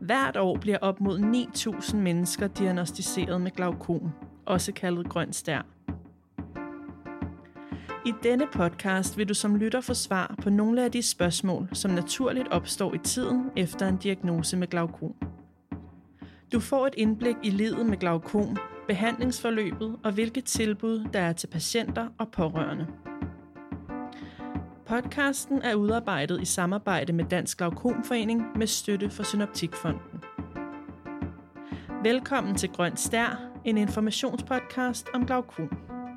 Hvert år bliver op mod 9.000 mennesker diagnosticeret med glaukom, også kaldet grøn stær. I denne podcast vil du som lytter få svar på nogle af de spørgsmål, som naturligt opstår i tiden efter en diagnose med glaukom. Du får et indblik i livet med glaukom, behandlingsforløbet og hvilke tilbud der er til patienter og pårørende. Podcasten er udarbejdet i samarbejde med Dansk Glaukomforening med støtte fra Synoptikfonden. Velkommen til Grøn Stær, en informationspodcast om glaukom.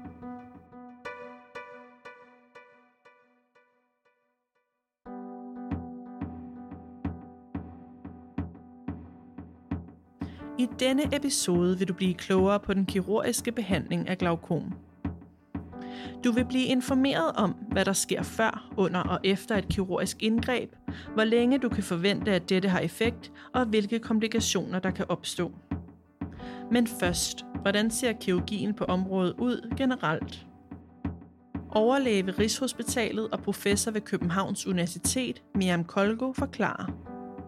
I denne episode vil du blive klogere på den kirurgiske behandling af glaukom. Du vil blive informeret om, hvad der sker før, under og efter et kirurgisk indgreb, hvor længe du kan forvente, at dette har effekt, og hvilke komplikationer der kan opstå. Men først, hvordan ser kirurgien på området ud generelt? Overlæge ved Rigshospitalet og professor ved Københavns Universitet, Miriam Kolgo, forklarer.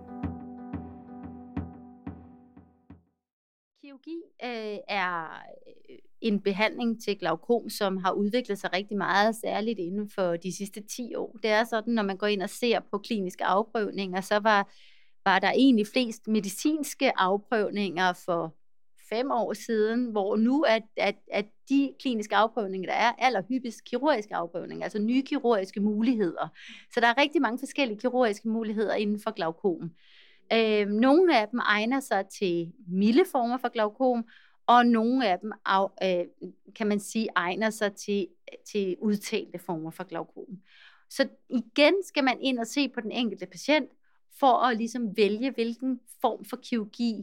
Kirurgi er en behandling til glaukom, som har udviklet sig rigtig meget, særligt inden for de sidste 10 år. Det er sådan, når man går ind og ser på kliniske afprøvninger, så var der egentlig flest medicinske afprøvninger for 5 år siden, hvor nu at de kliniske afprøvninger, der er allerhyppigst kirurgiske afprøvninger, altså nye kirurgiske muligheder. Så der er rigtig mange forskellige kirurgiske muligheder inden for glaukom. Nogle af dem egner sig til milde former for glaukom, og nogle af dem kan man sige egner sig til udtalte former for glaukom. Så igen skal man ind og se på den enkelte patient for at ligesom vælge, hvilken form for kirurgi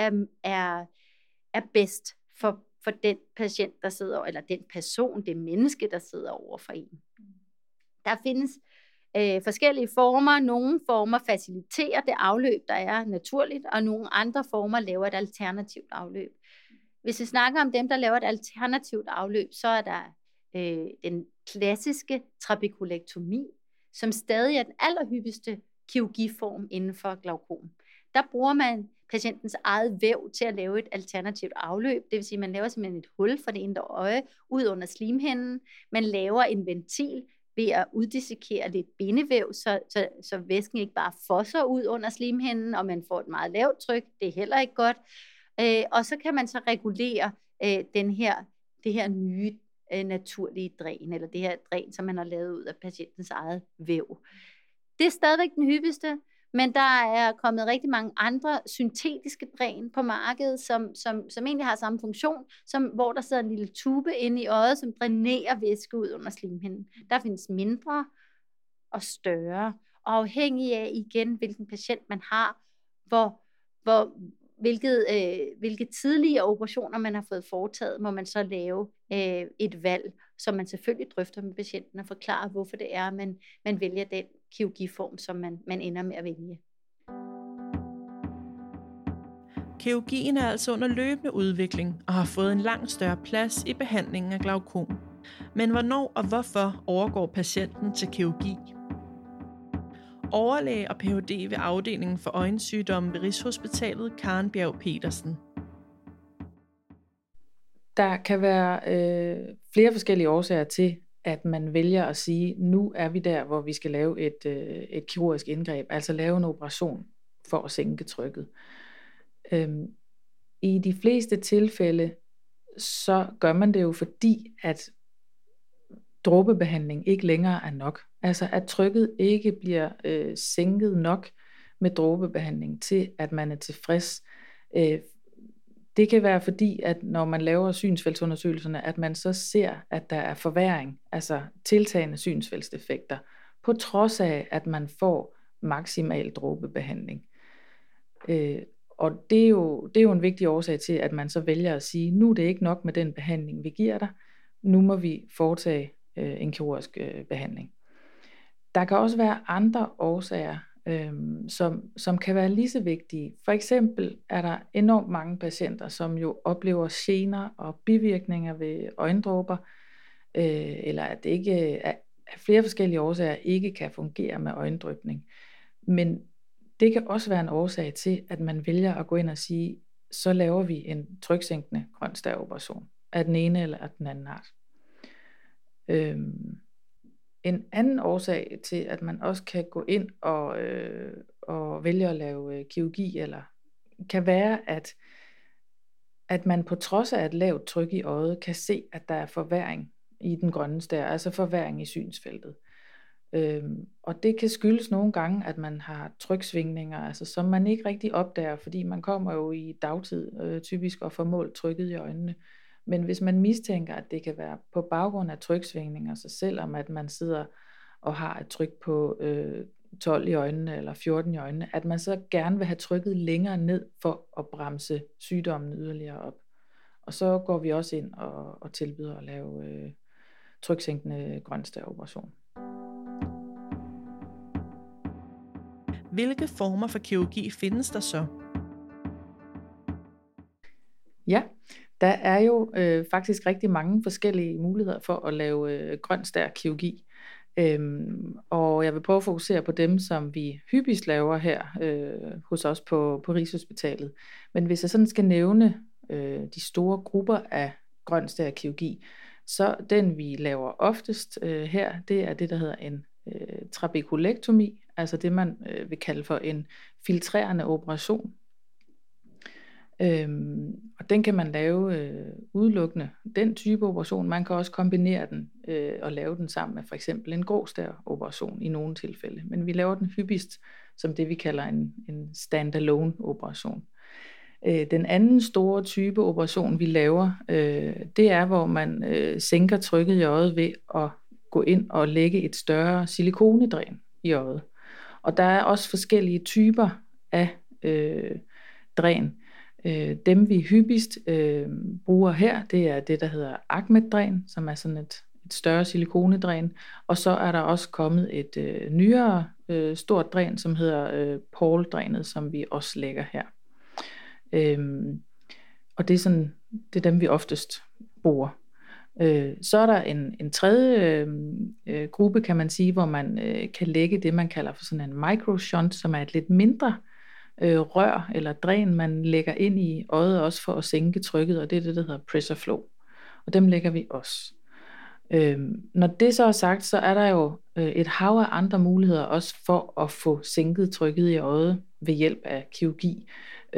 er bedst for den patient, der sidder, eller den person, det menneske, der sidder over for en. Der findes forskellige former. Nogle former faciliterer det afløb, der er naturligt, og nogle andre former laver et alternativt afløb. Hvis vi snakker om dem, der laver et alternativt afløb, så er der den klassiske trabekulektomi, som stadig er den allerhyppigste kirurgiform inden for glaukom. Der bruger man patientens eget væv til at lave et alternativt afløb. Det vil sige, at man laver simpelthen et hul for det indre øje ud under slimhinden. Man laver en ventil ved at uddissekere lidt bindevæv, så væsken ikke bare fosser ud under slimhinden, og man får et meget lavt tryk. Det er heller ikke godt. Og så kan man så regulere det her nye naturlige dræn, eller det her dræn, som man har lavet ud af patientens eget væv. Det er stadigvæk den hyppigste, men der er kommet rigtig mange andre syntetiske dræn på markedet, som egentlig har samme funktion, hvor der sidder en lille tube inde i øjet, som drænerer væske ud under slimhinden. Der findes mindre og større, og afhængig af igen, hvilken patient man har, hvilke tidlige operationer man har fået foretaget, må man så lave et valg, som man selvfølgelig drøfter med patienten og forklarer, hvorfor det er, man vælger den kirurgiform, som man ender med at vælge. Kirurgien er altså under løbende udvikling og har fået en langt større plads i behandlingen af glaukom. Men hvornår og hvorfor overgår patienten til kirurgi? Overlæge og Ph.D. ved afdelingen for øjensygdomme ved Rigshospitalet, Karen Bjerg Petersen. Der kan være flere forskellige årsager til, at man vælger at sige, nu er vi der, hvor vi skal lave et kirurgisk indgreb, altså lave en operation for at sænke trykket. I de fleste tilfælde, så gør man det jo fordi, at dråbebehandling ikke længere er nok. Altså at trykket ikke bliver sænket nok med dråbebehandling til, at man er tilfreds. Det kan være fordi, at når man laver synsfeltsundersøgelserne, at man så ser, at der er forværring, altså tiltagende synsfeltsdefekter, på trods af, at man får maksimal dråbebehandling. Og det er jo en vigtig årsag til, at man så vælger at sige, nu er det ikke nok med den behandling, vi giver dig, nu må vi foretage en kirurgisk behandling. Der kan også være andre årsager, som kan være lige så vigtige. For eksempel er der enormt mange patienter, som jo oplever gener og bivirkninger ved øjendråber, eller at det ikke af flere forskellige årsager ikke kan fungere med øjendrypning. Men Det kan også være en årsag til, at man vælger at gå ind og sige, så laver vi en tryksænkende grønstær-operation af den ene eller af den anden art. En anden årsag til, at man også kan gå ind og vælge at lave kirurgi, eller kan være, at man på trods af et lavt tryk i øjet, kan se, at der er forværring i den grønne stær, altså forværring i synsfeltet. Og det kan skyldes nogle gange, at man har tryksvingninger, altså som man ikke rigtig opdager, fordi man kommer jo i dagtid typisk og får målt trykket i øjnene. Men hvis man mistænker, at det kan være på baggrund af tryksvingninger, så selvom at man sidder og har et tryk på 12 i øjnene eller 14 i øjnene, at man så gerne vil have trykket længere ned for at bremse sygdommen yderligere op. Og så går vi også ind og tilbyder at lave tryksænkende grønstær-operation. Hvilke former for kirurgi findes der så? Ja, der er jo faktisk rigtig mange forskellige muligheder for at lave grønstær-kirurgi. Og jeg vil prøve at fokusere på dem, som vi hyppigst laver her hos os på Rigshospitalet. Men hvis jeg sådan skal nævne de store grupper af grønstær-kirurgi, så den vi laver oftest her, det er det, der hedder en trabekulektomi, altså det man vil kalde for en filtrerende operation. Og den kan man lave udelukkende den type operation. Man kan også kombinere den og lave den sammen med for eksempel en gråstær-operation i nogle tilfælde. Men vi laver den hyppigst som det vi kalder en standalone operation. Den anden store type operation vi laver, det er hvor man sænker trykket i øjet ved at gå ind og lægge et større silikonedræn i øjet. Og der er også forskellige typer af dræn. Dem vi hyppigst bruger her, det er det der hedder Ahmed-dræn, som er sådan et større silikonedræn, og så er der også kommet et nyere stort dræn, som hedder Paul-drænet, som vi også lægger her. Og det er dem vi oftest bruger. Så er der en tredje gruppe, kan man sige, hvor man kan lægge det man kalder for sådan en microshunt, som er et lidt mindre rør eller dræn, man lægger ind i øjet også for at sænke trykket, og det er det, der hedder pressure flow. Og dem lægger vi også. Når det så er sagt, så er der jo et hav af andre muligheder også for at få sænket trykket i øjet ved hjælp af kirurgi.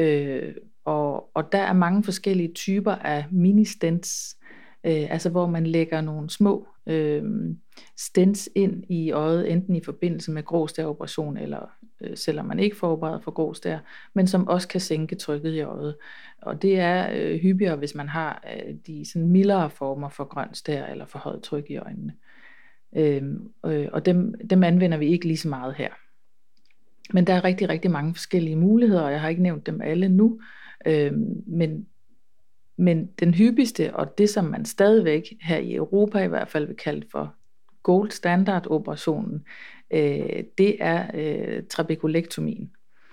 Og der er mange forskellige typer af mini-stents, altså hvor man lægger nogle små stents ind i øjet, enten i forbindelse med gråstær-operation, eller selvom man ikke forbereder for gråstær, men som også kan sænke trykket i øjet. Og det er hyppigere, hvis man har de sådan mildere former for grønstær eller for højt tryk i øjnene. Og dem anvender vi ikke lige så meget her. Men der er rigtig, rigtig mange forskellige muligheder, og jeg har ikke nævnt dem alle nu. Men den hyppigste, og det som man stadigvæk her i Europa i hvert fald vil kalde for gold standard operationen, det er trabekulektomien.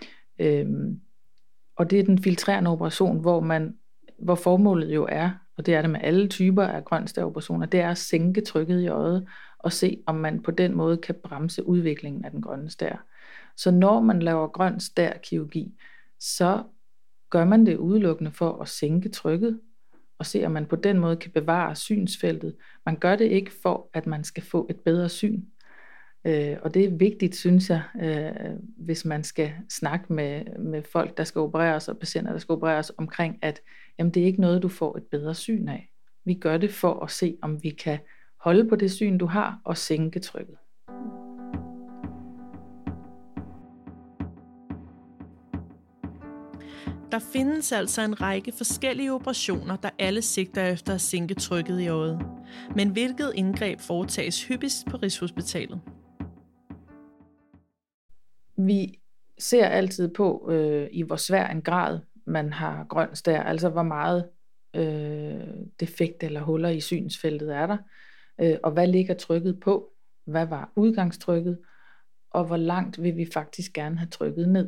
Og det er den filtrerende operation, hvor formålet jo er, og det er det med alle typer af grønstær-operationer, det er at sænke trykket i øjet og se, om man på den måde kan bremse udviklingen af den grønne stær. Så når man laver grøn stær-kirurgi, så gør man det udelukkende for at sænke trykket og se, om man på den måde kan bevare synsfeltet. Man gør det ikke for, at man skal få et bedre syn. Og det er vigtigt, synes jeg, hvis man skal snakke med folk, der skal opereres, og patienter, der skal opereres, omkring, at jamen, det er ikke noget, du får et bedre syn af. Vi gør det for at se, om vi kan holde på det syn, du har, og sænke trykket. Der findes altså en række forskellige operationer, der alle sigter efter at sænke trykket i øjet. Men hvilket indgreb foretages hyppigst på Rigshospitalet? Vi ser altid på, i hvor svær en grad man har grøn stær, altså hvor meget defekt eller huller i synsfeltet er der, og hvad ligger trykket på, hvad var udgangstrykket, og hvor langt vil vi faktisk gerne have trykket ned.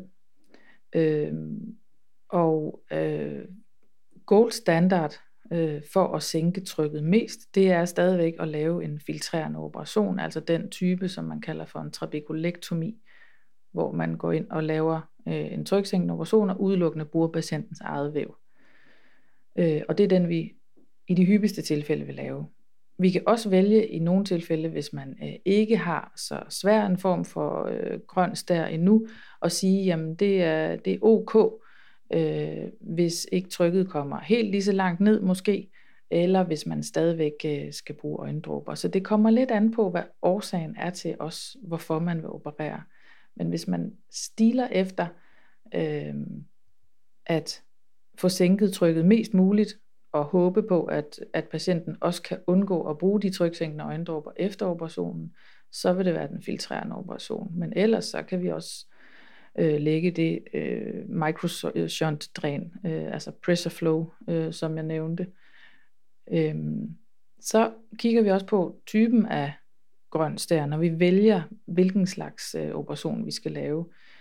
Gold standard for at sænke trykket mest, det er stadigvæk at lave en filtrerende operation, altså den type, som man kalder for en trabekulektomi, hvor man går ind og laver en tryksænkende operation og udelukkende bruger patientens eget væv. Og det er den, vi i de hyppigste tilfælde vil lave. Vi kan også vælge i nogle tilfælde, hvis man ikke har så svær en form for grøn stær endnu, og sige, jamen det er ok, hvis ikke trykket kommer helt lige så langt ned måske, eller hvis man stadigvæk skal bruge øjendråber. Så det kommer lidt an på, hvad årsagen er til os, hvorfor man vil operere. Men hvis man stiler efter at få sænket trykket mest muligt, og håbe på, at patienten også kan undgå at bruge de tryksænkende øjendråber efter operationen, så vil det være den filtrerende operation. Men ellers så kan vi også lægge det microshunt-dræn, altså pressure flow, som jeg nævnte. Så kigger vi også på typen af grøn stær, når vi vælger, hvilken slags operation vi skal lave.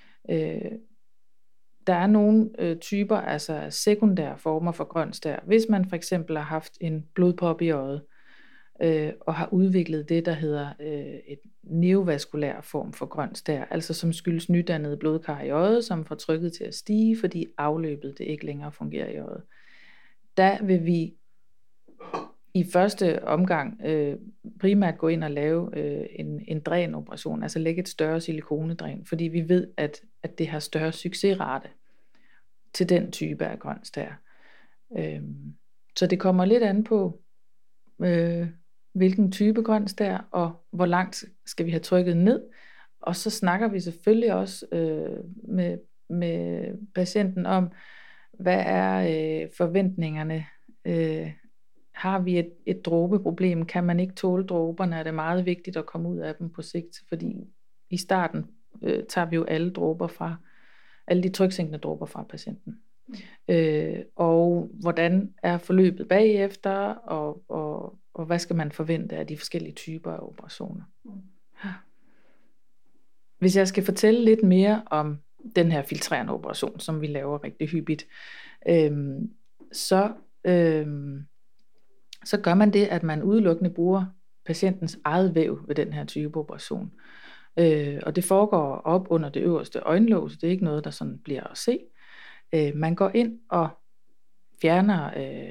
Der er nogle typer, altså sekundære former for grøn stær. Hvis man for eksempel har haft en blodprop i øjet, og har udviklet det, der hedder et neovaskulær form for grøn stær, altså som skyldes nydannede blodkar i øjet, som får trykket til at stige, fordi afløbet det ikke længere fungerer i øjet. Der vil vi i første omgang primært gå ind og lave en drænoperation, altså lægge et større silikonedræn, fordi vi ved, at det har større succesrate til den type af grøn stær. Så det kommer lidt an på, hvilken type grøn stær, og hvor langt skal vi have trykket ned. Og så snakker vi selvfølgelig også med patienten om, hvad er forventningerne. Har vi et dråbeproblem? Kan man ikke tåle dråberne? Er det meget vigtigt at komme ud af dem på sigt? Fordi i starten tager vi jo alle de tryksænkende dråber fra patienten. Og hvordan er forløbet bagefter, og hvad skal man forvente af de forskellige typer af operationer? Hvis jeg skal fortælle lidt mere om den her filtrerende operation, som vi laver rigtig hyppigt, så gør man det, at man udelukkende bruger patientens eget væv ved den her type operation. Og det foregår op under det øverste øjenlåg, så det er ikke noget, der sådan bliver at se. Man går ind og fjerner,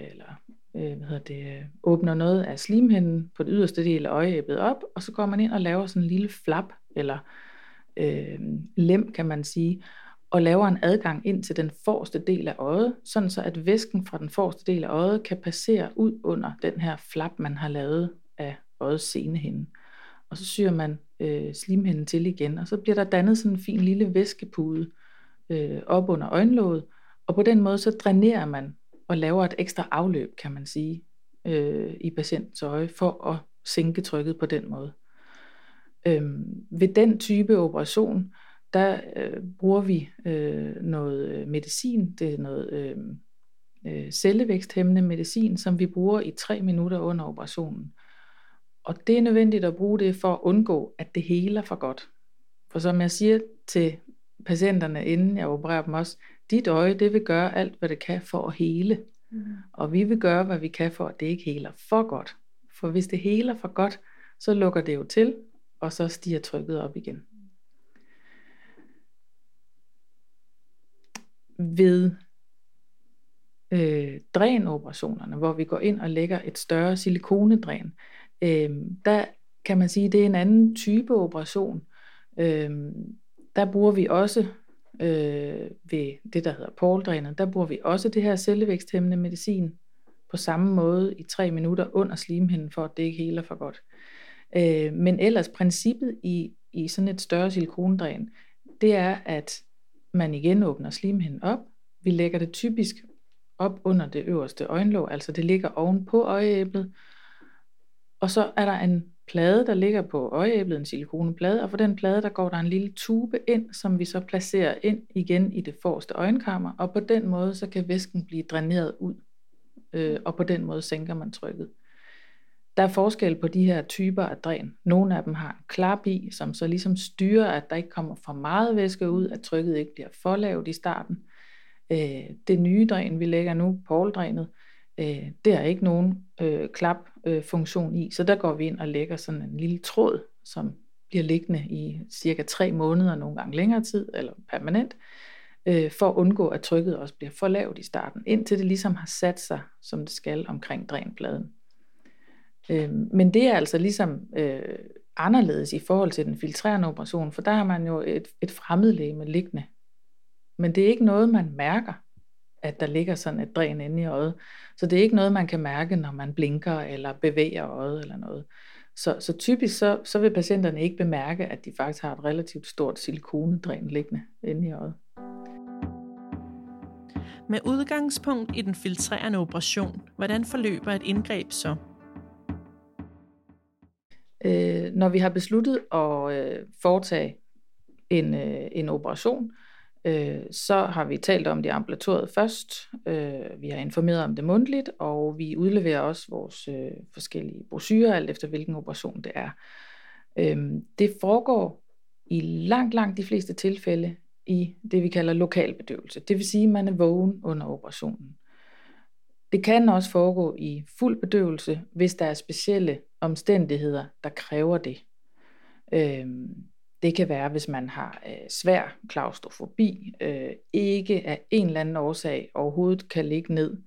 åbner noget af slimhinden på det yderste del af øjeæblet op, og så går man ind og laver sådan en lille flap, eller lem kan man sige, og laver en adgang ind til den forreste del af øjet, sådan så at væsken fra den forreste del af øjet kan passere ud under den her flap, man har lavet af øjets senehinde. Og så syr man slimhinden til igen, og så bliver der dannet sådan en fin lille væskepude op under øjenlåget, og på den måde så drænerer man og laver et ekstra afløb, kan man sige, i patientens øje, for at sænke trykket på den måde. Ved den type operation, der bruger vi noget medicin, det er noget cellevæksthæmmende medicin, som vi bruger i 3 minutter under operationen. Og det er nødvendigt at bruge det for at undgå, at det heler for godt. For som jeg siger til patienterne, inden jeg opererer dem også, dit øje, det vil gøre alt, hvad det kan for at hele. Og vi vil gøre, hvad vi kan for, at det ikke heler for godt. For hvis det heler for godt, så lukker det jo til, og så stiger trykket op igen. Ved drænoperationerne, hvor vi går ind og lægger et større silikonedræn, der kan man sige, det er en anden type operation. Der bruger vi også ved det, der hedder Paul-drænet, der bruger vi også det her cellevæksthæmmende medicin på samme måde i 3 minutter under slimhinden, for at det ikke heler for godt. Men ellers princippet i sådan et større silikonedræn, det er, at man igen åbner slimhinden op. Vi lægger det typisk op under det øverste øjenlåg, altså det ligger oven på øjeæblet. Og så er der en plade, der ligger på øjeæblet, en silikoneplade, og for den plade, der går der en lille tube ind, som vi så placerer ind igen i det forreste øjenkammer, og på den måde, så kan væsken blive dræneret ud, og på den måde sænker man trykket. Der er forskel på de her typer af dræn. Nogle af dem har en klap i, som så ligesom styrer, at der ikke kommer for meget væske ud, at trykket ikke bliver for lavt i starten. Det nye dræn, vi lægger nu, Paul-drænet, det er ikke nogen klapfunktion i, så der går vi ind og lægger sådan en lille tråd, som bliver liggende i cirka 3 måneder, nogle gange længere tid, eller permanent, for at undgå, at trykket også bliver for lavt i starten, indtil det ligesom har sat sig, som det skal, omkring drænpladen. Men det er altså ligesom anderledes i forhold til den filtrerende operation, for der har man jo et fremmedlegeme liggende. Men det er ikke noget, man mærker, at der ligger sådan et dræn inde i øjet. Så det er ikke noget, man kan mærke, når man blinker eller bevæger øjet eller noget. Så typisk så vil patienterne ikke bemærke, at de faktisk har et relativt stort silikonedræn liggende inde i øjet. Med udgangspunkt i den filtrerende operation, hvordan forløber et indgreb så? Når vi har besluttet at foretage en operation, så har vi talt om det ambulatoriet først. Vi har informeret om det mundtligt, og vi udleverer også vores forskellige brochurer, alt efter hvilken operation det er. Det foregår i langt de fleste tilfælde i det, vi kalder lokalbedøvelse. Det vil sige, at man er vågen under operationen. Det kan også foregå i fuld bedøvelse, hvis der er specielle omstændigheder, der kræver det. Det kan være, hvis man har svær klaustrofobi, ikke af en eller anden årsag overhovedet kan ligge ned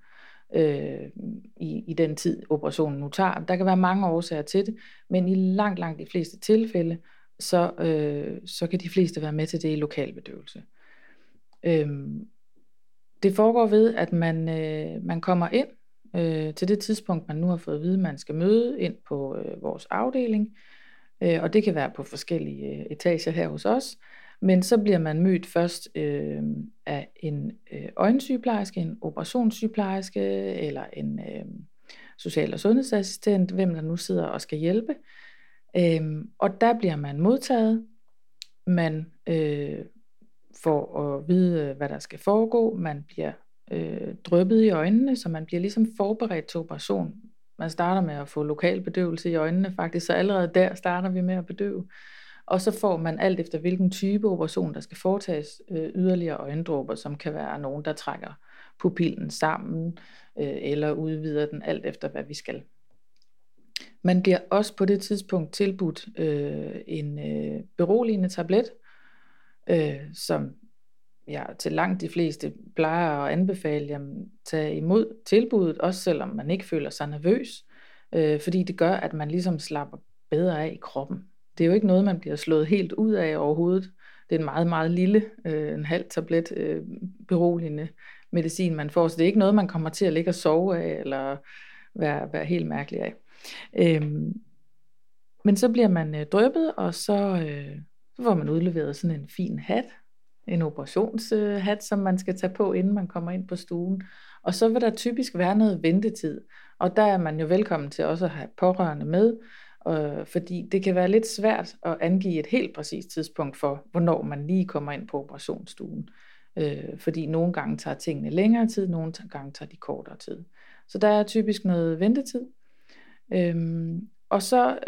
i den tid, operationen nu tager. Der kan være mange årsager til det, men i langt de fleste tilfælde, så kan de fleste være med til det i lokalbedøvelse. Det foregår ved, at man kommer ind til det tidspunkt, man nu har fået at vide, at man skal møde ind på vores afdeling, og det kan være på forskellige etager her hos os, men så bliver man mødt først af en øjensygeplejerske, en operationssygeplejerske eller en social- og sundhedsassistent, hvem der nu sidder og skal hjælpe. Og der bliver man modtaget, man får at vide, hvad der skal foregå, man bliver dryppet i øjnene, så man bliver ligesom forberedt til operation. Man starter med at få lokal bedøvelse i øjnene faktisk, så allerede der starter vi med at bedøve. Og så får man alt efter hvilken type operation, der skal foretages, yderligere øjendråber, som kan være nogen, der trækker pupillen sammen, eller udvider den, alt efter hvad vi skal. Man bliver også på det tidspunkt tilbudt en beroligende tablet, som jeg til langt de fleste plejer at anbefale at tage imod tilbuddet, også selvom man ikke føler sig nervøs, fordi det gør, at man ligesom slapper bedre af i kroppen. Det er jo ikke noget, man bliver slået helt ud af overhovedet. Det er en meget lille, en halv tablet beroligende medicin, man får, så det er ikke noget, man kommer til at ligge og sove af, eller være helt mærkelig af. Men så bliver man dryppet, og så får man udleveret sådan en fin hat, en operationshat, som man skal tage på, inden man kommer ind på stuen. Og så vil der typisk være noget ventetid, og der er man jo velkommen til også at have pårørende med, fordi det kan være lidt svært at angive et helt præcist tidspunkt for, hvornår man lige kommer ind på operationsstuen. Fordi nogle gange tager tingene længere tid, nogle gange tager de kortere tid. Så der er typisk noget ventetid. Og så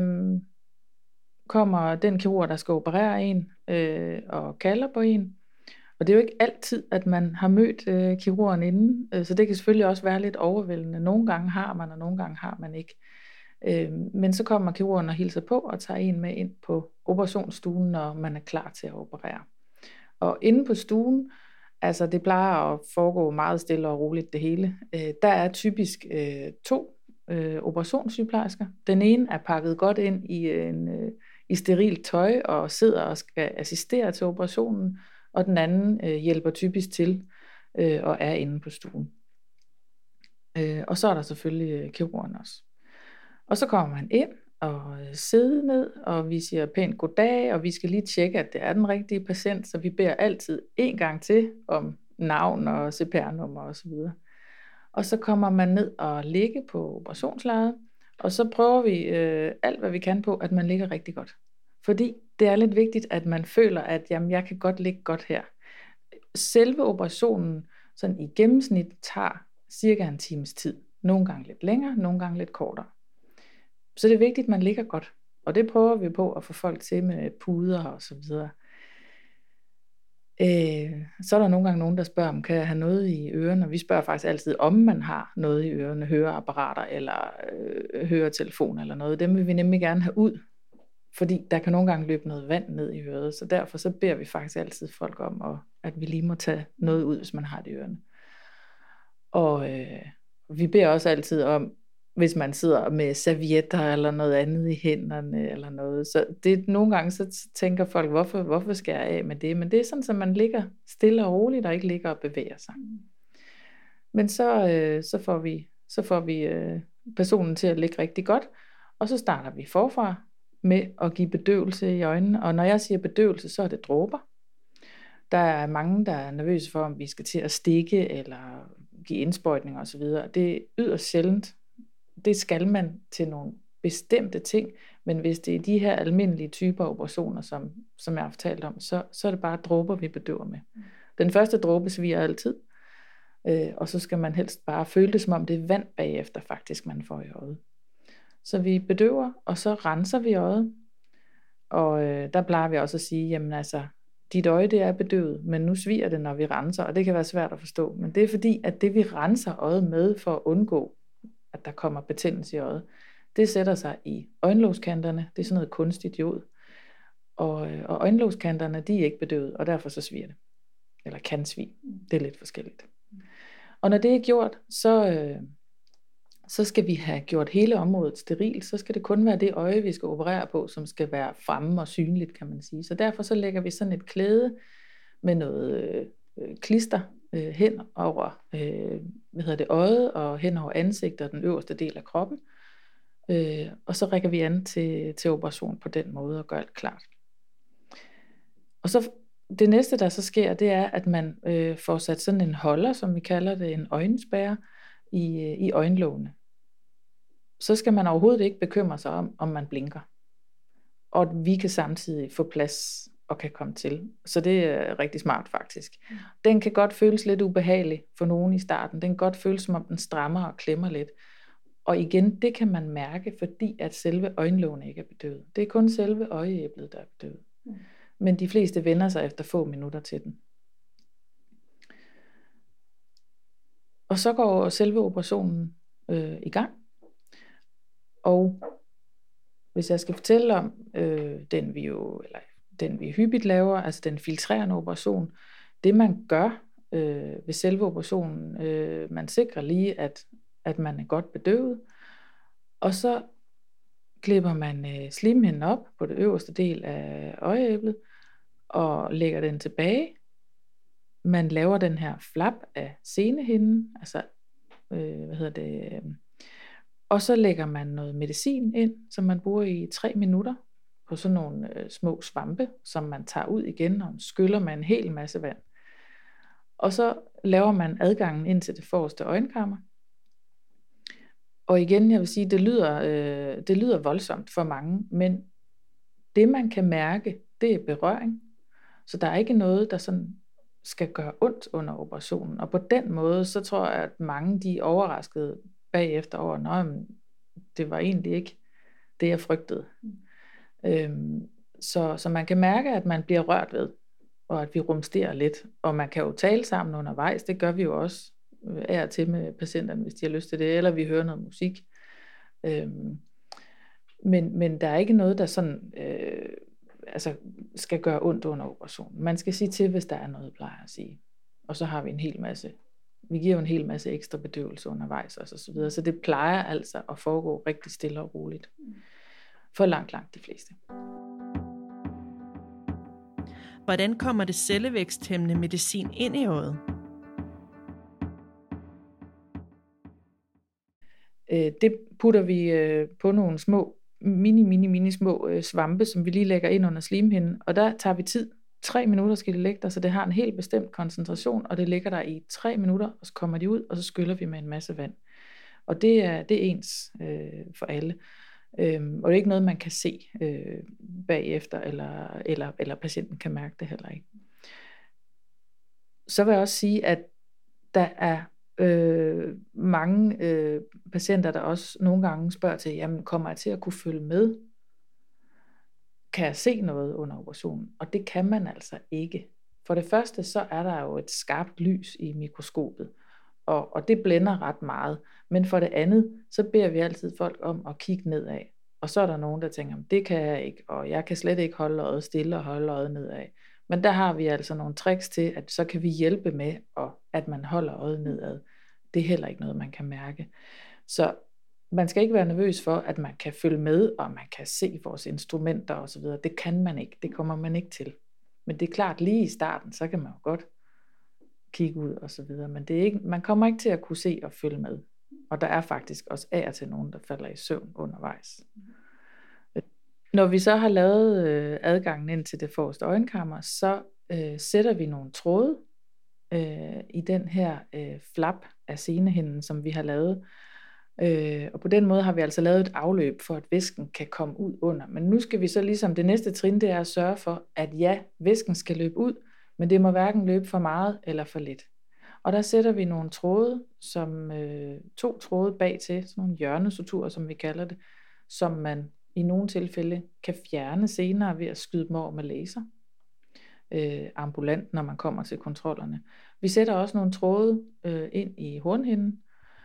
kommer den kirurg, der skal operere en, og kalder på en. Og det er jo ikke altid, at man har mødt kirurgen inden, så det kan selvfølgelig også være lidt overvældende. Nogle gange har man, og nogle gange har man ikke. Men så kommer kirurgen og hilser på og tager en med ind på operationsstuen, når man er klar til at operere. Og inde på stuen, altså det plejer at foregå meget stille og roligt det hele, der er typisk 2 operationssygeplejersker. Den ene er pakket godt ind i sterilt tøj og sidder og skal assistere til operationen, og den anden hjælper typisk til og er inde på stuen. Og så er der selvfølgelig kirurgen også. Og så kommer man ind og sidder ned, og vi siger pænt goddag, og vi skal lige tjekke, at det er den rigtige patient, så vi beder altid en gang til om navn og CPR-nummer osv. Og så kommer man ned og ligger på operationslejet, og så prøver vi alt, hvad vi kan på, at man ligger rigtig godt. Fordi det er lidt vigtigt, at man føler, at jamen, jeg kan godt ligge godt her. Selve operationen sådan i gennemsnit tager cirka en times tid. Nogle gange lidt længere, nogle gange lidt kortere. Så det er vigtigt, at man ligger godt. Og det prøver vi på at få folk til med puder og så videre. Så er der nogle gange nogen, der spørger, om kan jeg have noget i ørerne? Og vi spørger faktisk altid, om man har noget i ørerne, høreapparater eller høretelefoner eller noget. Dem vil vi nemlig gerne have ud. Fordi der kan nogle gange løbe noget vand ned i øret, så derfor så beder vi faktisk altid folk om, at vi lige må tage noget ud, hvis man har det i ørerne. Og vi beder også altid om, hvis man sidder med servietter eller noget andet i hænderne eller noget. Så det nogle gange så tænker folk, hvorfor skal jeg af med det? Men det er sådan, at man ligger stille og roligt og ikke ligger og bevæger sig. Men så får vi personen til at ligge rigtig godt, og så starter vi forfra med at give bedøvelse i øjnene. Og når jeg siger bedøvelse, så er det dråber. Der er mange, der er nervøse for, om vi skal til at stikke eller give indsprøjtninger osv. Det er yderst sjældent. Det skal man til nogle bestemte ting, men hvis det er de her almindelige typer operationer, som jeg har fortalt om, så er det bare dråber, vi bedøver med. Den første dråbe sviger altid, og så skal man helst bare føle det, som om det er vand bagefter faktisk, man får i øjet. Så vi bedøver, og så renser vi øjet, og der plejer vi også at sige, jamen altså, dit øje det er bedøvet, men nu sviger det, når vi renser, og det kan være svært at forstå. Men det er fordi, at det vi renser øjet med for at undgå, at der kommer betændelse i øjet, det sætter sig i øjenlågskanterne. Det er sådan noget kunstigt jod. Og øjenlågskanterne, de er ikke bedøvet, og derfor så sviger det. Eller kan svige. Det er lidt forskelligt. Og når det er gjort, så skal vi have gjort hele området sterilt. Så skal det kun være det øje, vi skal operere på, som skal være fremme og synligt, kan man sige. Så derfor så lægger vi sådan et klæde med noget klister hen over øjet og hen over ansigtet og den øverste del af kroppen. Og så rækker vi an til operation på den måde og gør alt klart. Og så det næste, der så sker, det er, at man får sat sådan en holder, som vi kalder det, en øjenspærre, i øjenlågene. Så skal man overhovedet ikke bekymre sig om man blinker. Og vi kan samtidig få plads og kan komme til. Så det er rigtig smart faktisk. Den kan godt føles lidt ubehagelig for nogen i starten. Den kan godt føles, som om den strammer og klemmer lidt. Og igen, det kan man mærke, fordi at selve øjenlågene ikke er bedøvet. Det er kun selve øjeæblet, der er bedøvet. Men de fleste vender sig efter få minutter til den. Og så går selve operationen i gang. Og hvis jeg skal fortælle om den vi hyppigt laver, altså den filtrerende operation, det man gør ved selve operationen, man sikrer lige, at man er godt bedøvet, og så klipper man slimhinden op på det øverste del af øjeæblet, og lægger den tilbage. Man laver den her flap af senehinden, altså, og så lægger man noget medicin ind, som man bruger i 3 minutter, på sådan nogle små svampe, som man tager ud igen, og skyller med en hel masse vand. Og så laver man adgangen ind til det forreste øjenkammer. Og igen, jeg vil sige, det lyder voldsomt for mange, men det man kan mærke, det er berøring. Så der er ikke noget, der sådan skal gøre ondt under operationen. Og på den måde, så tror jeg, at mange de er overraskede bagefter over, men det var egentlig ikke det, jeg frygtede. Så man kan mærke, at man bliver rørt ved, og at vi rumsterer lidt. Og man kan jo tale sammen undervejs, det gør vi jo også af og til med patienterne, hvis de har lyst til det, eller vi hører noget musik. Men der er ikke noget, der sådan skal gøre ondt under operationen. Man skal sige til, hvis der er noget, plejer at sige. Og så har vi giver jo en hel masse ekstra bedøvelse undervejs og så videre. Så det plejer altså at foregå rigtig stille og roligt. For langt de fleste. Hvordan kommer det cellevæksthæmmende medicin ind i øjet? Det putter vi på nogle små, mini små svampe, som vi lige lægger ind under slimhinden. Og der tager vi tid. 3 minutter skal det ligge der, så det har en helt bestemt koncentration, og det ligger der i 3 minutter, og så kommer de ud, og så skyller vi med en masse vand. Og det er ens for alle. Og det er ikke noget, man kan se bagefter, eller patienten kan mærke det heller ikke. Så vil jeg også sige, at der er mange patienter, der også nogle gange spørger til, jamen kommer jeg til at kunne følge med? Kan jeg se noget under operationen? Og det kan man altså ikke. For det første, så er der jo et skarpt lys i mikroskopet, og det blænder ret meget. Men for det andet, så beder vi altid folk om at kigge nedad. Og så er der nogen, der tænker, det kan jeg ikke, og jeg kan slet ikke holde øjet stille og holde øjet nedad. Men der har vi altså nogle tricks til, at så kan vi hjælpe med, at man holder øjet nedad. Det er heller ikke noget, man kan mærke. Så man skal ikke være nervøs for, at man kan følge med, og man kan se vores instrumenter osv. Det kan man ikke, det kommer man ikke til. Men det er klart, lige i starten, så kan man jo godt kigge ud og så videre. Men det er ikke, man kommer ikke til at kunne se og følge med. Og der er faktisk også af og til nogen, der falder i søvn undervejs. Når vi så har lavet adgangen ind til det forreste øjenkammer, så sætter vi nogle tråde i den her flap af senehinden, som vi har lavet. Og på den måde har vi altså lavet et afløb for, at væsken kan komme ud under. Men nu skal vi så ligesom, det næste trin, det er at sørge for, at ja, væsken skal løbe ud, men det må hverken løbe for meget eller for lidt. Og der sætter vi nogle tråde, som 2 tråde bag til, sådan nogle hjørnesuturer, som vi kalder det, som man i nogle tilfælde kan fjerne senere ved at skyde dem over med laser. Ambulant, når man kommer til kontrollerne. Vi sætter også nogle tråde ind i hornhinden,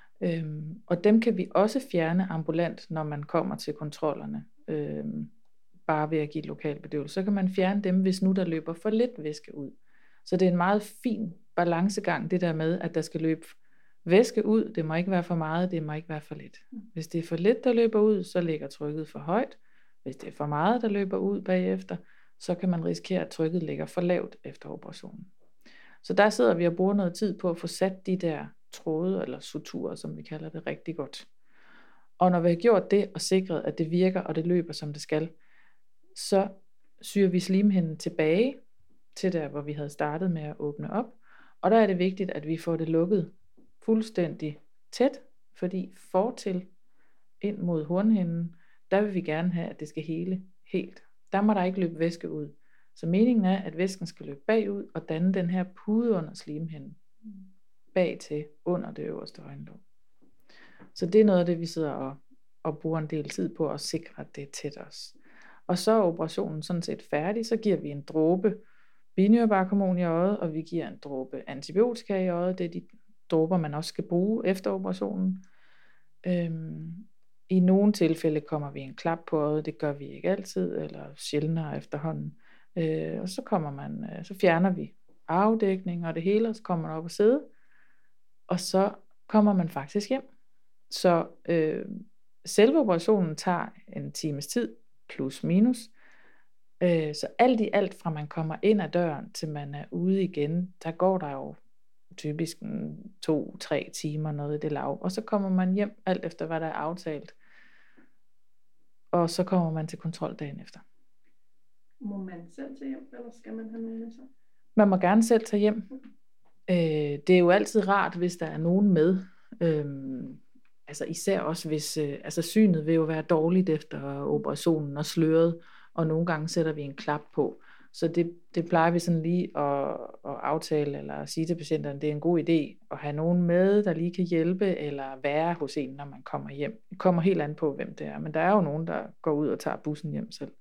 og dem kan vi også fjerne ambulant, når man kommer til kontrollerne. Bare ved at give lokal bedøvelse. Så kan man fjerne dem, hvis nu der løber for lidt væske ud. Så det er en meget fin balancegang, det der med, at der skal løbe væske ud. Det må ikke være for meget, det må ikke være for lidt. Hvis det er for lidt, der løber ud, så ligger trykket for højt. Hvis det er for meget, der løber ud bagefter, så kan man risikere, at trykket ligger for lavt efter operationen. Så der sidder vi og bruger noget tid på at få sat de der tråde, eller suturer, som vi kalder det, rigtig godt. Og når vi har gjort det, og sikret, at det virker, og det løber, som det skal, så syr vi slimhinden tilbage til der, hvor vi havde startet med at åbne op. Og der er det vigtigt, at vi får det lukket fuldstændig tæt, fordi fortil ind mod hornhinden, der vil vi gerne have, at det skal hele helt. Der må der ikke løbe væske ud. Så meningen er, at væsken skal løbe bagud og danne den her pude under slimhinden. Bag til under det øverste øjenlåg. Så det er noget af det, vi sidder og bruger en del tid på at sikre, at det er tæt også. Og så er operationen sådan set færdig, så giver vi en dråbe binyrbarkhormon i øjet, og vi giver en dråbe antibiotika i øjet. Det er de dråber, man også skal bruge efter operationen. I nogle tilfælde kommer vi en klap på øjet, det gør vi ikke altid, eller sjældnere efterhånden. Og så fjerner vi afdækning og det hele, og så kommer man op og sidde, og så kommer man faktisk hjem. Så selve operationen tager en times tid, plus minus. Så alt i alt, fra man kommer ind ad døren, til man er ude igen, der går der jo typisk 2-3 timer, noget i det lav. Og så kommer man hjem, alt efter hvad der er aftalt. Og så kommer man til kontrol dagen efter. Må man selv tage hjem, eller skal man have nogen med sig? Man må gerne selv tage hjem. Det er jo altid rart, hvis der er nogen med. Altså især også, hvis synet vil jo være dårligt efter operationen og sløret, og nogle gange sætter vi en klap på. Så det plejer vi sådan lige at aftale eller sige til patienterne, det er en god idé at have nogen med, der lige kan hjælpe eller være hos en, når man kommer hjem. Det kommer helt an på, hvem det er, men der er jo nogen, der går ud og tager bussen hjem selv.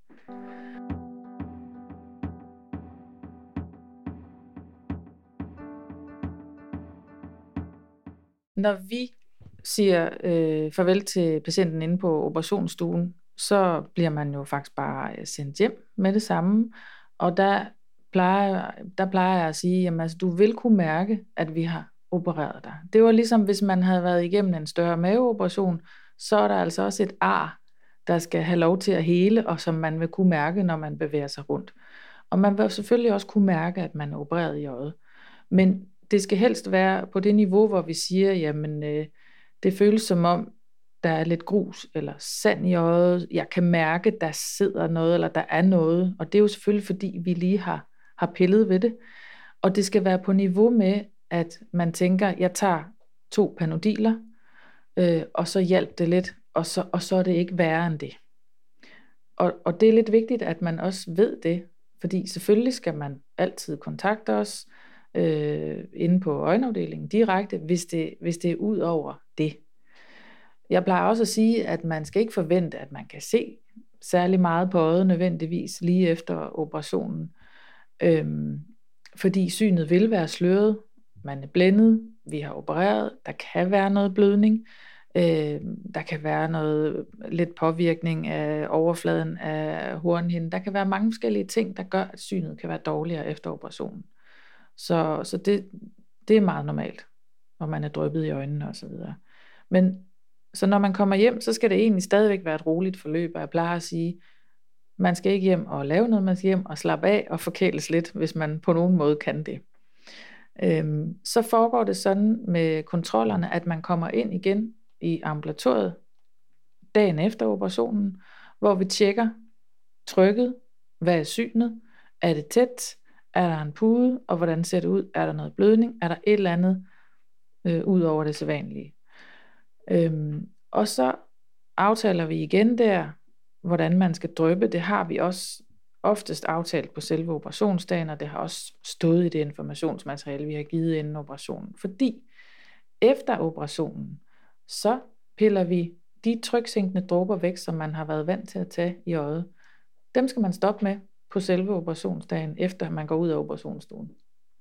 Når vi siger farvel til patienten inde på operationsstuen, så bliver man jo faktisk bare sendt hjem med det samme. Og der plejer jeg at sige, jamen altså, du vil kunne mærke, at vi har opereret dig. Det var ligesom, hvis man havde været igennem en større maveoperation, så er der altså også et ar, der skal have lov til at hele, og som man vil kunne mærke, når man bevæger sig rundt. Og man vil selvfølgelig også kunne mærke, at man er opereret i øjet. Men det skal helst være på det niveau, hvor vi siger, jamen det føles som om, der er lidt grus eller sand i øjet. Jeg kan mærke, der sidder noget, eller der er noget. Og det er jo selvfølgelig, fordi vi lige har pillet ved det. Og det skal være på niveau med, at man tænker, jeg tager 2 Panodiler, og så hjælper det lidt, og så er det ikke værre end det. Og det er lidt vigtigt, at man også ved det, fordi selvfølgelig skal man altid kontakte os inde på øjenafdelingen direkte, hvis det er ud over det. Jeg plejer også at sige, at man skal ikke forvente, at man kan se særlig meget på øjet nødvendigvis lige efter operationen. Fordi synet vil være sløret, man er blændet, vi har opereret, der kan være noget blødning. Der kan være noget lidt påvirkning af overfladen af hornhinden. Der kan være mange forskellige ting, der gør, at synet kan være dårligere efter operationen. Så det er meget normalt, når man er dryppet i øjnene og så videre. Men så når man kommer hjem, så skal det egentlig stadigvæk være et roligt forløb, og jeg plejer at sige, man skal ikke hjem og lave noget, man skal hjem og slappe af og forkæles lidt, hvis man på nogen måde kan det. Så foregår det sådan med kontrollerne, at man kommer ind igen i ambulatoriet dagen efter operationen, hvor vi tjekker trykket, hvad er synet, er det tæt, er der en pude, og hvordan ser det ud, er der noget blødning, er der et eller andet ud over det sædvanlige. Og så aftaler vi igen der, hvordan man skal dryppe. Det har vi også oftest aftalt på selve operationsdagen, og det har også stået i det informationsmateriale, vi har givet inden operationen. Fordi efter operationen, så piller vi de tryksænkende dråber væk, som man har været vant til at tage i øjet. Dem skal man stoppe med på selve operationsdagen, efter man går ud af operationsstuen.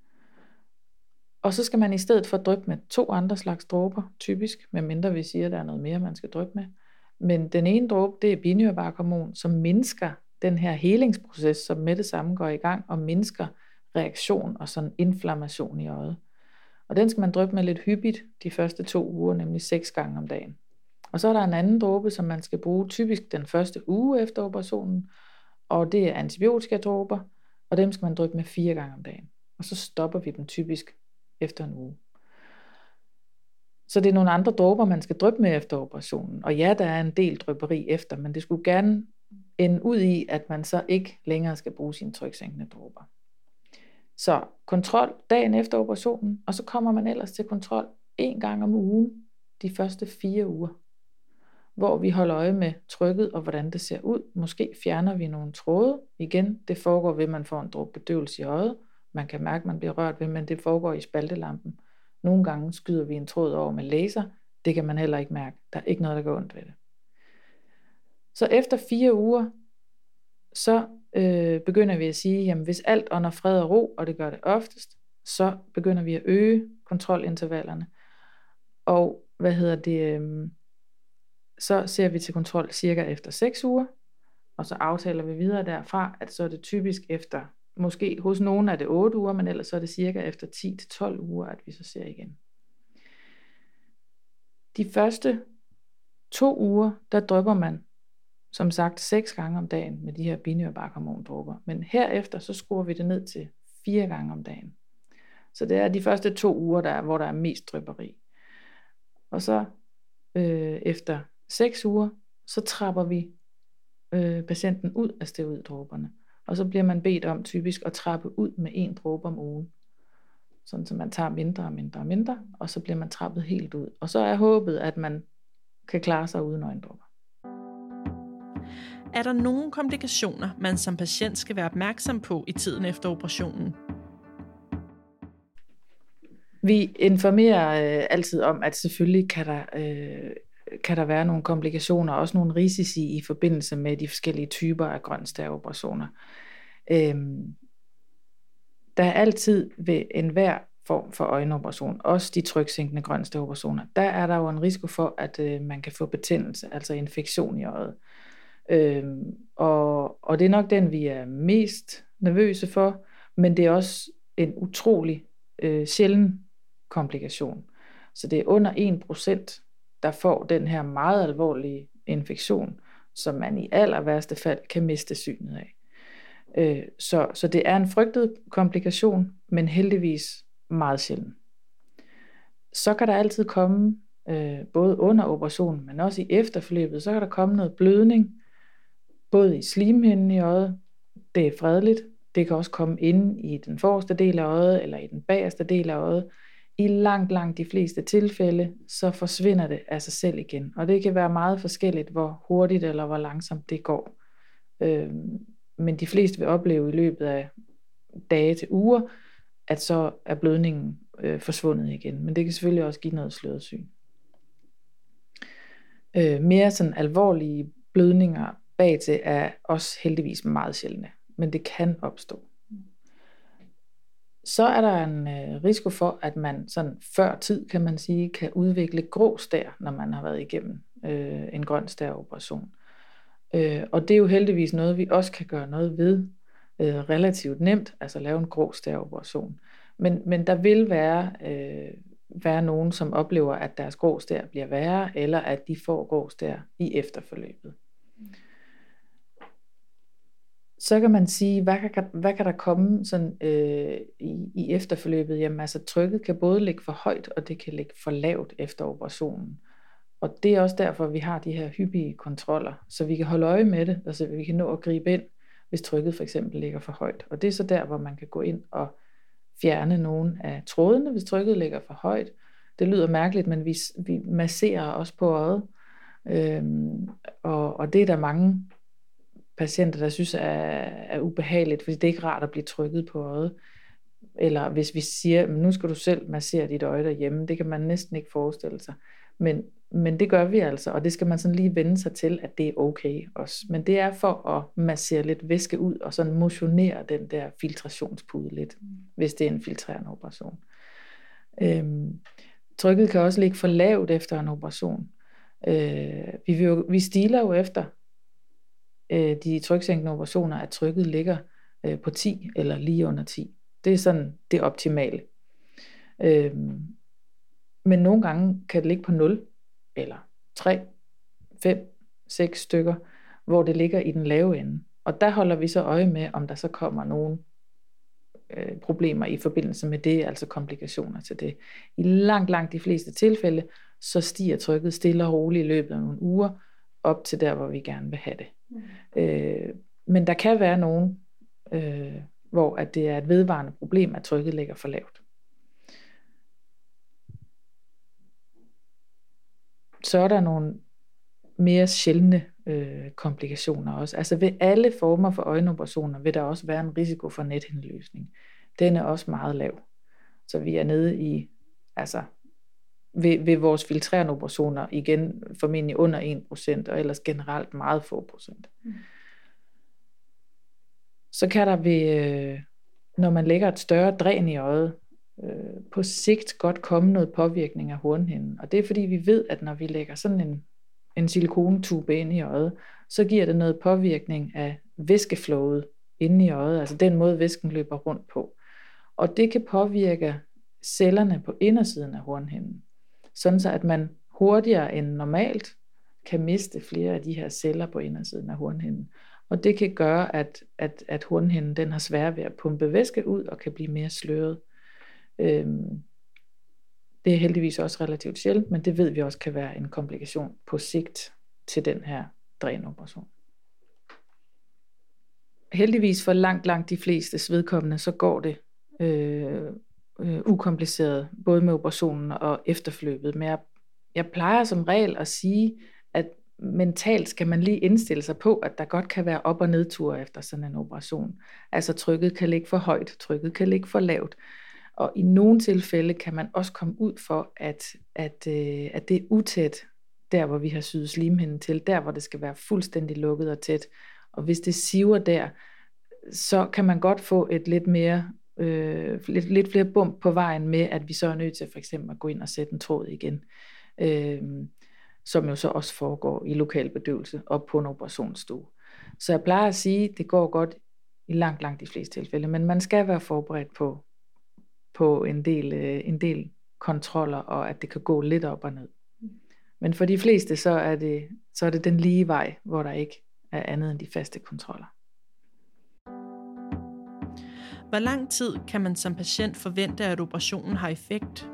Og så skal man i stedet for dryppe med 2 andre slags dråber, typisk, medmindre vi siger, at der er noget mere, man skal dryppe med. Men den ene dråbe, det er binyrbarkhormon, som mindsker den her helingsproces, som med det samme går i gang, og mindsker reaktion og sådan inflammation i øjet. Og den skal man dryppe med lidt hyppigt de første 2 uger, nemlig 6 gange om dagen. Og så er der en anden dråbe, som man skal bruge typisk den første uge efter operationen, og det er antibiotikadråber, og dem skal man dryppe med 4 gange om dagen. Og så stopper vi dem typisk efter en uge. Så det er nogle andre dråber, man skal dryppe med efter operationen. Og ja, der er en del drypperi efter, men det skulle gerne ende ud i, at man så ikke længere skal bruge sine tryksænkende dråber. Så kontrol dagen efter operationen, og så kommer man ellers til kontrol 1 gang om ugen de første 4 uger, hvor vi holder øje med trykket og hvordan det ser ud. Måske fjerner vi nogle tråde. Igen, det foregår ved, at man får en dråbe bedøvelse i øjet. Man kan mærke, at man bliver rørt ved, men det foregår i spaltelampen. Nogle gange skyder vi en tråd over med laser. Det kan man heller ikke mærke. Der er ikke noget, der går ondt ved det. Så efter 4 uger, så begynder vi at sige, jamen hvis alt under fred og ro, og det gør det oftest, så begynder vi at øge kontrolintervallerne. Og så ser vi til kontrol cirka efter 6 uger, og så aftaler vi videre derfra, at så er det typisk efter, måske hos nogen er det 8 uger, men ellers så er det cirka efter 10-12 uger, at vi så ser igen. De første 2 uger, der drypper man, som sagt, 6 gange om dagen med de her binyrbarkhormondråber. Men herefter, så skruer vi det ned til 4 gange om dagen. Så det er de første 2 uger, hvor der er mest drypperi. Og så efter 6 uger, så trapper vi patienten ud af steroiddråberne. Og så bliver man bedt om typisk at trappe ud med 1 dråbe om ugen. Sådan så man tager mindre og mindre og mindre, og så bliver man trappet helt ud. Og så er håbet, at man kan klare sig uden øjendråber. Er der nogle komplikationer, man som patient skal være opmærksom på i tiden efter operationen? Vi informerer altid om, at selvfølgelig kan der være nogle komplikationer, også nogle risici i forbindelse med de forskellige typer af grønstæroperationer. Der er altid ved enhver form for øjenoperation, også de tryksænkende grønstæroperationer, der er der jo en risiko for, at man kan få betændelse, altså infektion i øjet. Og det er nok den, vi er mest nervøse for, men det er også en utrolig sjælden komplikation. Så det er under 1%, der får den her meget alvorlige infektion, som man i aller værste fald kan miste synet af. Så det er en frygtet komplikation, men heldigvis meget sjælden. Så kan der altid komme, både under operationen, men også i efterforløbet, så kan der komme noget blødning, både i slimhinden i øjet. Det er fredeligt. Det kan også komme inde i den forreste del af øjet, eller i den bagerste del af øjet. I langt de fleste tilfælde, så forsvinder det af sig selv igen. Og det kan være meget forskelligt, hvor hurtigt eller hvor langsomt det går. Men de fleste vil opleve i løbet af dage til uger, at så er blødningen forsvundet igen. Men det kan selvfølgelig også give noget sløret syn. Mere sådan alvorlige blødninger bagtil er også heldigvis meget sjældne, men det kan opstå. Så er der en risiko for, at man sådan før tid, kan man sige, kan udvikle grå stær, når man har været igennem en grøn stær-operation. Og det er jo heldigvis noget, vi også kan gøre noget ved relativt nemt, altså lave en grå stær-operation. Men der vil være nogen, som oplever, at deres grå stær bliver værre, eller at de får grå stær i efterforløbet. Så kan man sige, hvad kan der komme sådan, i efterforløbet? Jamen altså trykket kan både ligge for højt, og det kan ligge for lavt efter operationen. Og det er også derfor, vi har de her hyppige kontroller, så vi kan holde øje med det, og så vi kan nå at gribe ind, hvis trykket for eksempel ligger for højt. Og det er så der, hvor man kan gå ind og fjerne nogle af trådene, hvis trykket ligger for højt. Det lyder mærkeligt, men vi masserer også på øjet. Og det er der mange patienter, der synes er ubehageligt, fordi det er ikke rart at blive trykket på øjet. Eller hvis vi siger, nu skal du selv massere dit øje derhjemme, det kan man næsten ikke forestille sig. Men det gør vi altså, og det skal man sådan lige vende sig til, at det er okay også. Men det er for at massere lidt væske ud, og sådan motionere den der filtrationspude lidt, hvis det er en filtrerende operation. Trykket kan også ligge for lavt efter en operation. Vi stiler jo efter de tryksænkende operationer, at trykket ligger på 10 eller lige under 10. Det er sådan det optimale. Men nogle gange kan det ligge på 0, eller 3, 5, 6 stykker, hvor det ligger i den lave ende. Og der holder vi så øje med, om der så kommer nogle problemer i forbindelse med det, altså komplikationer til det. I langt de fleste tilfælde, så stiger trykket stille og roligt i løbet af nogle uger, op til der, hvor vi gerne vil have det. Men der kan være nogen, hvor at det er et vedvarende problem, at trykket ligger for lavt. Så er der nogle mere sjældne komplikationer også. Altså ved alle former for øjenoperationer vil der også være en risiko for nethindløsning. Den er også meget lav. Så vi er nede i, altså ved vores filtrerende operationer igen formentlig under 1%, og ellers generelt meget få procent. Så kan der når man lægger et større dræn i øjet, på sigt godt komme noget påvirkning af hornhinden. Og det er fordi vi ved, at når vi lægger sådan en silikonetube ind i øjet, så giver det noget påvirkning af væskeflowet inde i øjet, altså den måde væsken løber rundt på. Og det kan påvirke cellerne på indersiden af hornhinden, sådan så at man hurtigere end normalt kan miste flere af de her celler på indersiden af hornhinden. Og det kan gøre, at hornhinden den har svært ved at pumpe væske ud og kan blive mere sløret. Det er heldigvis også relativt sjældent, men det ved vi også kan være en komplikation på sigt til den her drænoperation. Heldigvis for langt de fleste vedkommende, så går det ukompliceret, både med operationen og efterforløbet. Men jeg plejer som regel at sige, at mentalt skal man lige indstille sig på, at der godt kan være op- og nedture efter sådan en operation. Altså trykket kan ligge for højt, trykket kan ligge for lavt. Og i nogle tilfælde kan man også komme ud for, at det er utæt, der hvor vi har syet slimhinden til, der hvor det skal være fuldstændig lukket og tæt. Og hvis det siver der, så kan man godt få et lidt flere bump på vejen med, at vi så er nødt til for eksempel at gå ind og sætte en tråd igen. Som jo så også foregår i lokal bedøvelse op på en operationsstue. Så jeg plejer at sige, at det går godt i langt de fleste tilfælde, men man skal være forberedt på en del kontroller, og at det kan gå lidt op og ned. Men for de fleste, så er det den lige vej, hvor der ikke er andet end de faste kontroller. Hvor lang tid kan man som patient forvente, at operationen har effekt?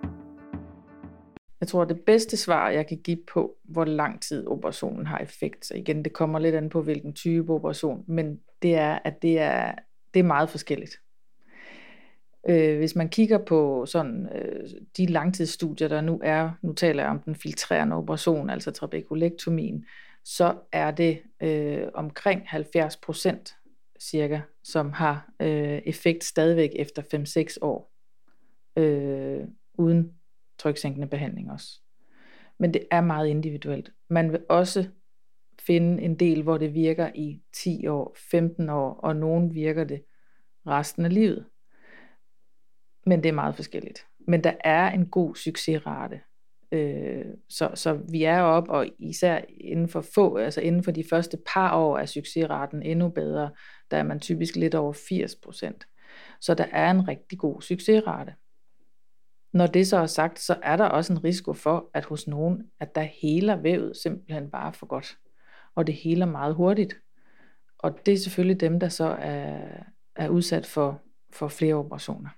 Jeg tror, det bedste svar, jeg kan give på, hvor lang tid operationen har effekt, så igen, det kommer lidt an på, hvilken type operation, men det er, at det er meget forskelligt. Hvis man kigger på sådan, de langtidsstudier, der nu er, nu taler jeg om den filtrerende operation, altså trabekulektomien, så er det omkring 70% cirka, som har effekt stadigvæk efter 5-6 år, uden tryksænkende behandling også. Men det er meget individuelt. Man vil også finde en del, hvor det virker i 10 år, 15 år, og nogen virker det resten af livet. Men det er meget forskelligt. Men der er en god succesrate. Så vi er oppe, og især inden for de første par år er succesraten endnu bedre. Der er man typisk lidt over 80%. Så der er en rigtig god succesrate. Når det så er sagt, så er der også en risiko for, at hos nogen, at der heler vævet simpelthen bare for godt. Og det heler meget hurtigt. Og det er selvfølgelig dem, der så er udsat for flere operationer.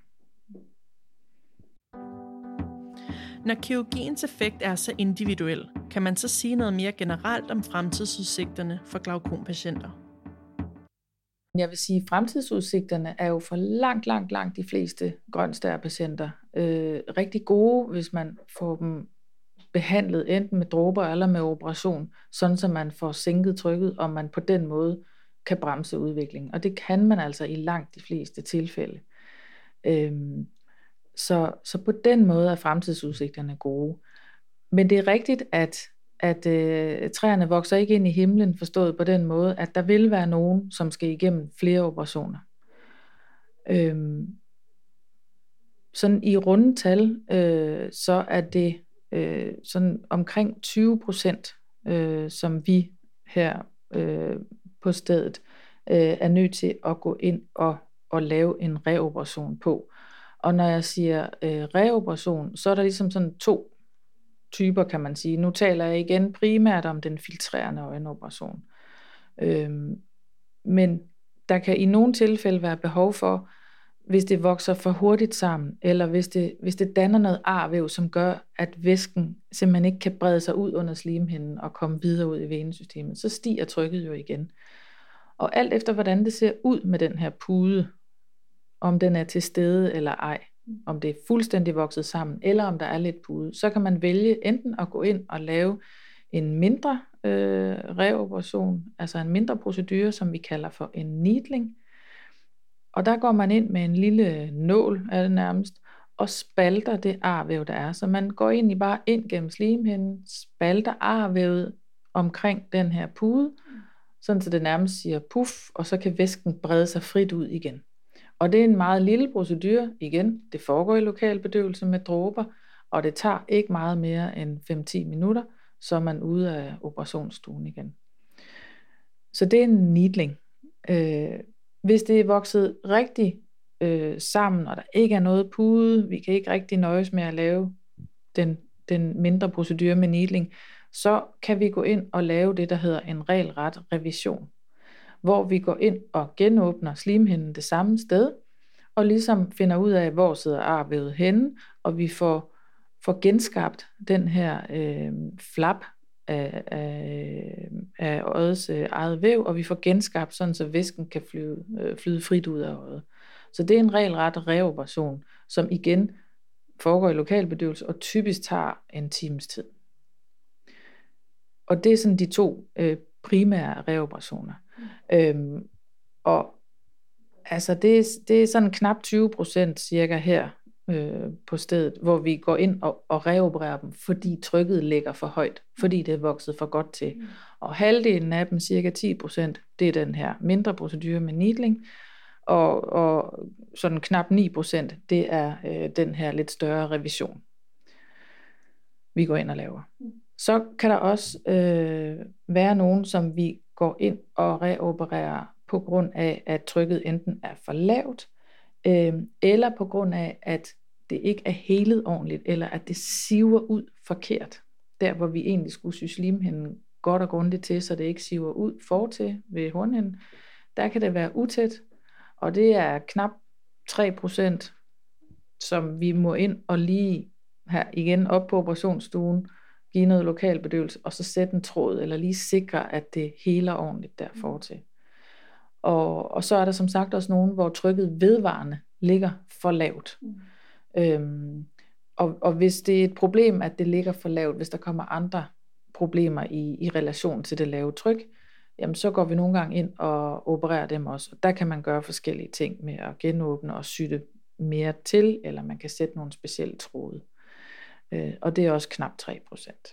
Når kirurgiens effekt er så individuel, kan man så sige noget mere generelt om fremtidsudsigterne for glaukompatienter? Jeg vil sige, at fremtidsudsigterne er jo for langt de fleste grønstærpatienter rigtig gode, hvis man får dem behandlet enten med dråber eller med operation, sådan så man får sænket trykket, og man på den måde kan bremse udviklingen. Og det kan man altså i langt de fleste tilfælde. Så på den måde er fremtidsudsigterne gode. Men det er rigtigt, at træerne vokser ikke ind i himlen, forstået på den måde, at der vil være nogen, som skal igennem flere operationer. Sådan i runde tal, så er det sådan omkring 20%, som vi her på stedet er nødt til at gå ind og lave en reoperation på. Og når jeg siger reoperation, så er der ligesom sådan 2 typer, kan man sige. Nu taler jeg igen primært om den filtrerende øjenoperation. Men der kan i nogle tilfælde være behov for, hvis det vokser for hurtigt sammen, eller hvis det danner noget arvæv, som gør, at væsken simpelthen ikke kan brede sig ud under slimhinden og komme videre ud i venesystemet, så stiger trykket jo igen. Og alt efter hvordan det ser ud med den her pude, om den er til stede eller ej, om det er fuldstændig vokset sammen, eller om der er lidt pude, så kan man vælge enten at gå ind og lave en mindre reoperation, altså en mindre procedure, som vi kalder for en needling. Og der går man ind med en lille nål, er det nærmest, og spalter det arvæv, der er. Så man går egentlig bare ind gennem slimhinden, spalter arvævet omkring den her pude, sådan så det nærmest siger puff, og så kan væsken brede sig frit ud igen. Og det er en meget lille procedure. Igen, det foregår i lokalbedøvelse med dråber, og det tager ikke meget mere end 5-10 minutter, så er man ude af operationsstuen igen. Så det er en needling. Hvis det er vokset rigtig sammen, og der ikke er noget pude, vi kan ikke rigtig nøjes med at lave den mindre procedure med needling, så kan vi gå ind og lave det, der hedder en regelret revision, hvor vi går ind og genåbner slimhinden det samme sted, og ligesom finder ud af, hvor sidder arvævet henne, og vi får genskabt den her flap af øjets eget væv, og vi får genskabt sådan, så væsken kan flyde frit ud af øjet. Så det er en regelret reoperation, som igen foregår i lokalbedøvelse, og typisk tager en times tid. Og det er sådan de 2 primære reoperationer. Og altså det er sådan knap 20% cirka her på stedet, hvor vi går ind og reopererer dem, fordi trykket ligger for højt, fordi det er vokset for godt til. Og halvdelen af dem, cirka 10%, det er den her mindre procedure med needling, og sådan knap 9%, det er den her lidt større revision, vi går ind og laver. Så kan der også være nogen, som vi går ind og reopererer på grund af, at trykket enten er for lavt, eller på grund af, at det ikke er helet ordentligt, eller at det siver ud forkert. Der, hvor vi egentlig skulle sy slimhinden godt og grundigt til, så det ikke siver ud fortil ved hornhinden, der kan det være utæt, og det er knap 3%, som vi må ind og lige her igen op på operationsstuen, give noget lokalbedøvelse, og så sætte en tråd, eller lige sikre, at det heler ordentligt der fortil. Og så er der som sagt også nogen, hvor trykket vedvarende ligger for lavt. Og hvis det er et problem, at det ligger for lavt, hvis der kommer andre problemer i relation til det lave tryk, jamen så går vi nogle gange ind og opererer dem også. Og der kan man gøre forskellige ting med at genåbne og sy det mere til, eller man kan sætte nogle specielle tråde. Og det er også knap 3%.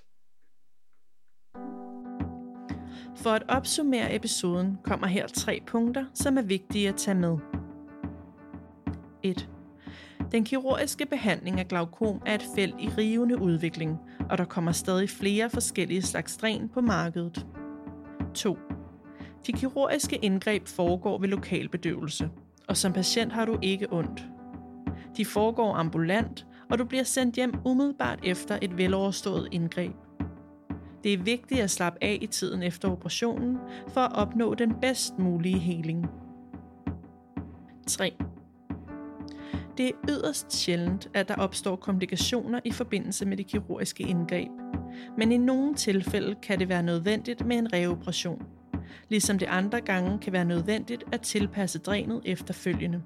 For at opsummere episoden kommer her 3 punkter, som er vigtige at tage med. 1. Den kirurgiske behandling af glaukom er et felt i rivende udvikling, og der kommer stadig flere forskellige slags dræn på markedet. 2. De kirurgiske indgreb foregår ved lokalbedøvelse, og som patient har du ikke ondt. De foregår ambulant, og du bliver sendt hjem umiddelbart efter et veloverstået indgreb. Det er vigtigt at slappe af i tiden efter operationen for at opnå den bedst mulige heling. 3. Det er yderst sjældent, at der opstår komplikationer i forbindelse med det kirurgiske indgreb, men i nogle tilfælde kan det være nødvendigt med en reoperation, ligesom det andre gange kan være nødvendigt at tilpasse drænet efterfølgende.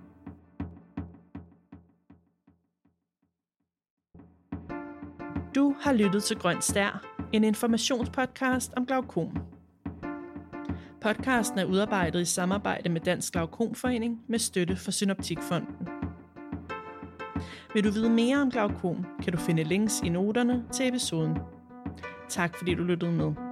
Du har lyttet til Grøn Stær, en informationspodcast om glaukom. Podcasten er udarbejdet i samarbejde med Dansk Glaukomforening med støtte fra Synoptikfonden. Vil du vide mere om glaukom, kan du finde links i noterne til episoden. Tak fordi du lyttede med.